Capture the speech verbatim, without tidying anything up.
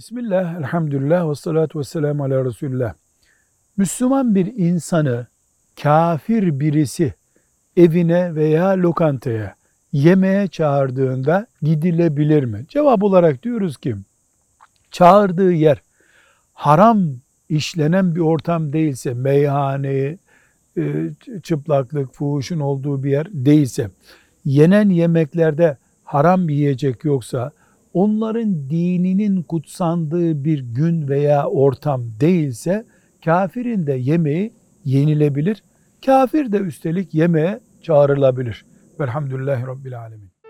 Bismillah, elhamdülillah, ve salatu ve selamu ala Resulullah. Müslüman bir insanı kafir birisi evine veya lokantaya yemeğe çağırdığında gidilebilir mi? Cevap olarak diyoruz ki, çağırdığı yer haram işlenen bir ortam değilse, meyhane, e, çıplaklık, fuhuşun olduğu bir yer değilse, yenen yemeklerde haram bir yiyecek yoksa, onların dininin kutsandığı bir gün veya ortam değilse, kafirin de yemeği yenilebilir. Kafir de üstelik yemeğe çağrılabilir. Velhamdülillahi Rabbil Alemin.